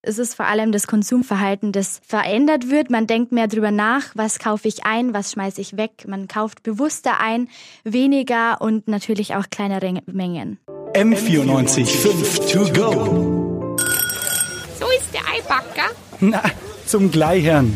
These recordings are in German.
Es ist vor allem das Konsumverhalten, das verändert wird. Man denkt mehr drüber nach, was kaufe ich ein, was schmeiße ich weg. Man kauft bewusster ein, weniger und natürlich auch kleinere Mengen. M94.5 to go. So ist der Eibacker. Na, zum Gleichern.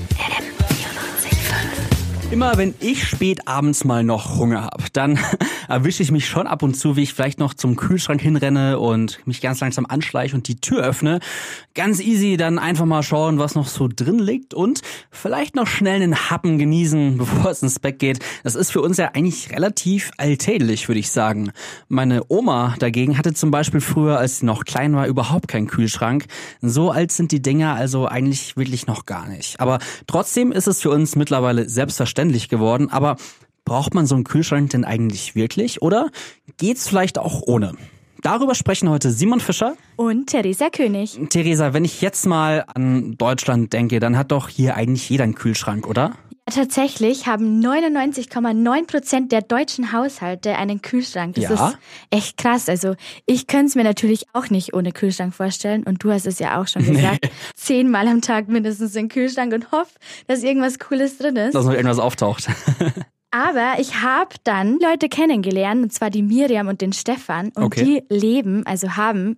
Immer wenn ich spät abends mal noch Hunger habe, dann erwische ich mich schon ab und zu, wie ich vielleicht noch zum Kühlschrank hinrenne und mich ganz langsam anschleiche und die Tür öffne. Ganz easy dann einfach mal schauen, was noch so drin liegt und vielleicht noch schnell einen Happen genießen, bevor es ins Bett geht. Das ist für uns ja eigentlich relativ alltäglich, würde ich sagen. Meine Oma dagegen hatte zum Beispiel früher, als sie noch klein war, überhaupt keinen Kühlschrank. So alt sind die Dinger also eigentlich wirklich noch gar nicht. Aber trotzdem ist es für uns mittlerweile selbstverständlich geworden. Aber braucht man so einen Kühlschrank denn eigentlich wirklich? Oder geht's vielleicht auch ohne? Darüber sprechen heute Simon Fischer und Theresa König. Theresa, wenn ich jetzt mal an Deutschland denke, dann hat doch hier eigentlich jeder einen Kühlschrank, oder? Ja, tatsächlich haben 99,9% der deutschen Haushalte einen Kühlschrank. Das ist echt krass. Also ich könnte es mir natürlich auch nicht ohne Kühlschrank vorstellen. Und du hast es ja auch schon gesagt. 10-mal am Tag mindestens den Kühlschrank und hoff, dass irgendwas Cooles drin ist. Dass noch irgendwas auftaucht. Aber ich habe dann Leute kennengelernt, und zwar die Miriam und den Stefan. Und die haben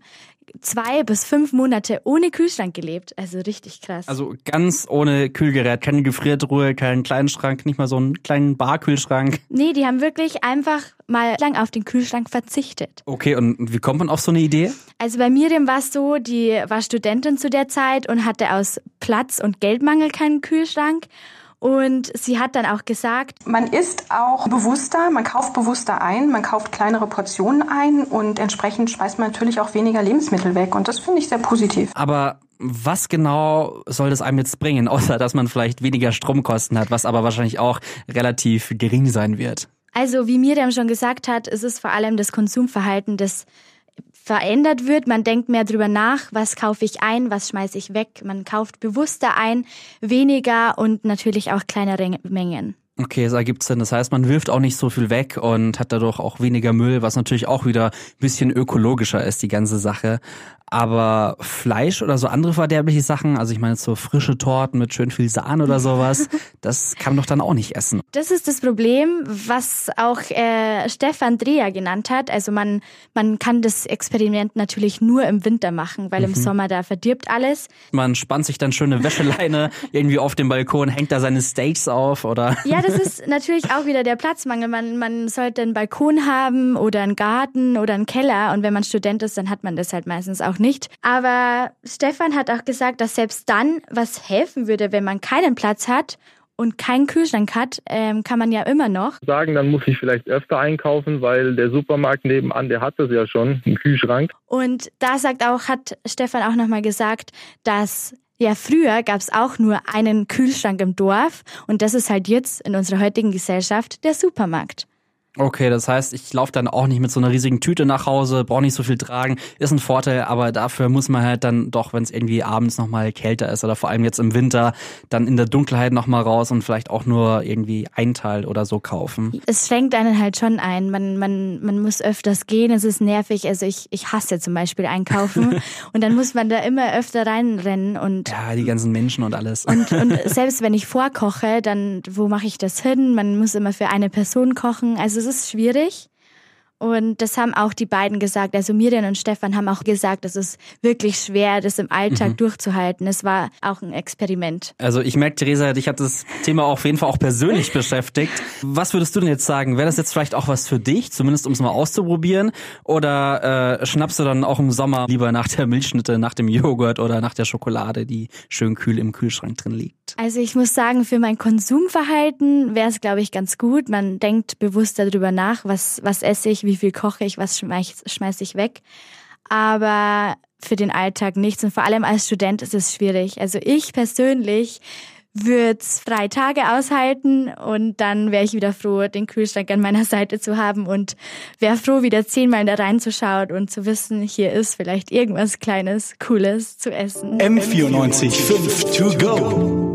2 bis 5 Monate ohne Kühlschrank gelebt. Also richtig krass. Also ganz ohne Kühlgerät, keine Gefriertruhe, keinen kleinen Schrank, nicht mal so einen kleinen Barkühlschrank. Nee, die haben wirklich einfach mal lang auf den Kühlschrank verzichtet. Okay, und wie kommt man auf so eine Idee? Also bei Miriam war es so, die war Studentin zu der Zeit und hatte aus Platz- und Geldmangel keinen Kühlschrank. Und sie hat dann auch gesagt, man isst auch bewusster, man kauft bewusster ein, man kauft kleinere Portionen ein und entsprechend schmeißt man natürlich auch weniger Lebensmittel weg. Und das finde ich sehr positiv. Aber was genau soll das einem jetzt bringen, außer dass man vielleicht weniger Stromkosten hat, was aber wahrscheinlich auch relativ gering sein wird? Also wie Miriam schon gesagt hat, es ist vor allem das Konsumverhalten, das verändert wird. Man denkt mehr drüber nach, was kaufe ich ein, was schmeiße ich weg. Man kauft bewusster ein, weniger und natürlich auch kleinere Mengen. Okay, das ergibt Sinn. Das heißt, man wirft auch nicht so viel weg und hat dadurch auch weniger Müll, was natürlich auch wieder ein bisschen ökologischer ist, die ganze Sache. Aber Fleisch oder so andere verderbliche Sachen, also ich meine so frische Torten mit schön viel Sahne oder sowas, das kann man doch dann auch nicht essen. Das ist das Problem, was auch Stefan Dreher genannt hat. Also man kann das Experiment natürlich nur im Winter machen, weil im Sommer da verdirbt alles. Man spannt sich dann schöne Wäscheleine irgendwie auf dem Balkon, hängt da seine Steaks auf oder... Ja, das ist natürlich auch wieder der Platzmangel. Man sollte einen Balkon haben oder einen Garten oder einen Keller und wenn man Student ist, dann hat man das halt meistens auch nicht. Aber Stefan hat auch gesagt, dass selbst dann was helfen würde, wenn man keinen Platz hat und keinen Kühlschrank hat, kann man ja immer noch sagen, dann muss ich vielleicht öfter einkaufen, weil der Supermarkt nebenan, der hat das ja schon, einen Kühlschrank. Und da hat Stefan auch nochmal gesagt, dass früher gab es auch nur einen Kühlschrank im Dorf und das ist halt jetzt in unserer heutigen Gesellschaft der Supermarkt. Okay, das heißt, ich laufe dann auch nicht mit so einer riesigen Tüte nach Hause, brauche nicht so viel tragen, ist ein Vorteil, aber dafür muss man halt dann doch, wenn es irgendwie abends nochmal kälter ist oder vor allem jetzt im Winter, dann in der Dunkelheit nochmal raus und vielleicht auch nur irgendwie ein Teil oder so kaufen. Es schränkt einen halt schon ein, man muss öfters gehen, es ist nervig, also ich hasse zum Beispiel einkaufen und dann muss man da immer öfter reinrennen und... Ja, die ganzen Menschen und alles. Und selbst wenn ich vorkoche, dann wo mache ich das hin? Man muss immer für eine Person kochen, also es ist schwierig und das haben auch die beiden gesagt, also Miriam und Stefan haben auch gesagt, es ist wirklich schwer, das im Alltag durchzuhalten. Es war auch ein Experiment. Also ich merke, Theresa, dich hat das Thema auf jeden Fall auch persönlich beschäftigt. Was würdest du denn jetzt sagen? Wäre das jetzt vielleicht auch was für dich, zumindest um es mal auszuprobieren? Oder schnappst du dann auch im Sommer lieber nach der Milchschnitte, nach dem Joghurt oder nach der Schokolade, die schön kühl im Kühlschrank drin liegt? Also ich muss sagen, für mein Konsumverhalten wäre es, glaube ich, ganz gut. Man denkt bewusst darüber nach, was esse ich, wie viel koche ich, was schmeiße ich weg. Aber für den Alltag nichts. Und vor allem als Student ist es schwierig. Also ich persönlich würde es 3 Tage aushalten und dann wäre ich wieder froh, den Kühlschrank an meiner Seite zu haben und wäre froh, wieder 10-mal da reinzuschauen und zu wissen, hier ist vielleicht irgendwas Kleines, Cooles zu essen. M94.5 to go.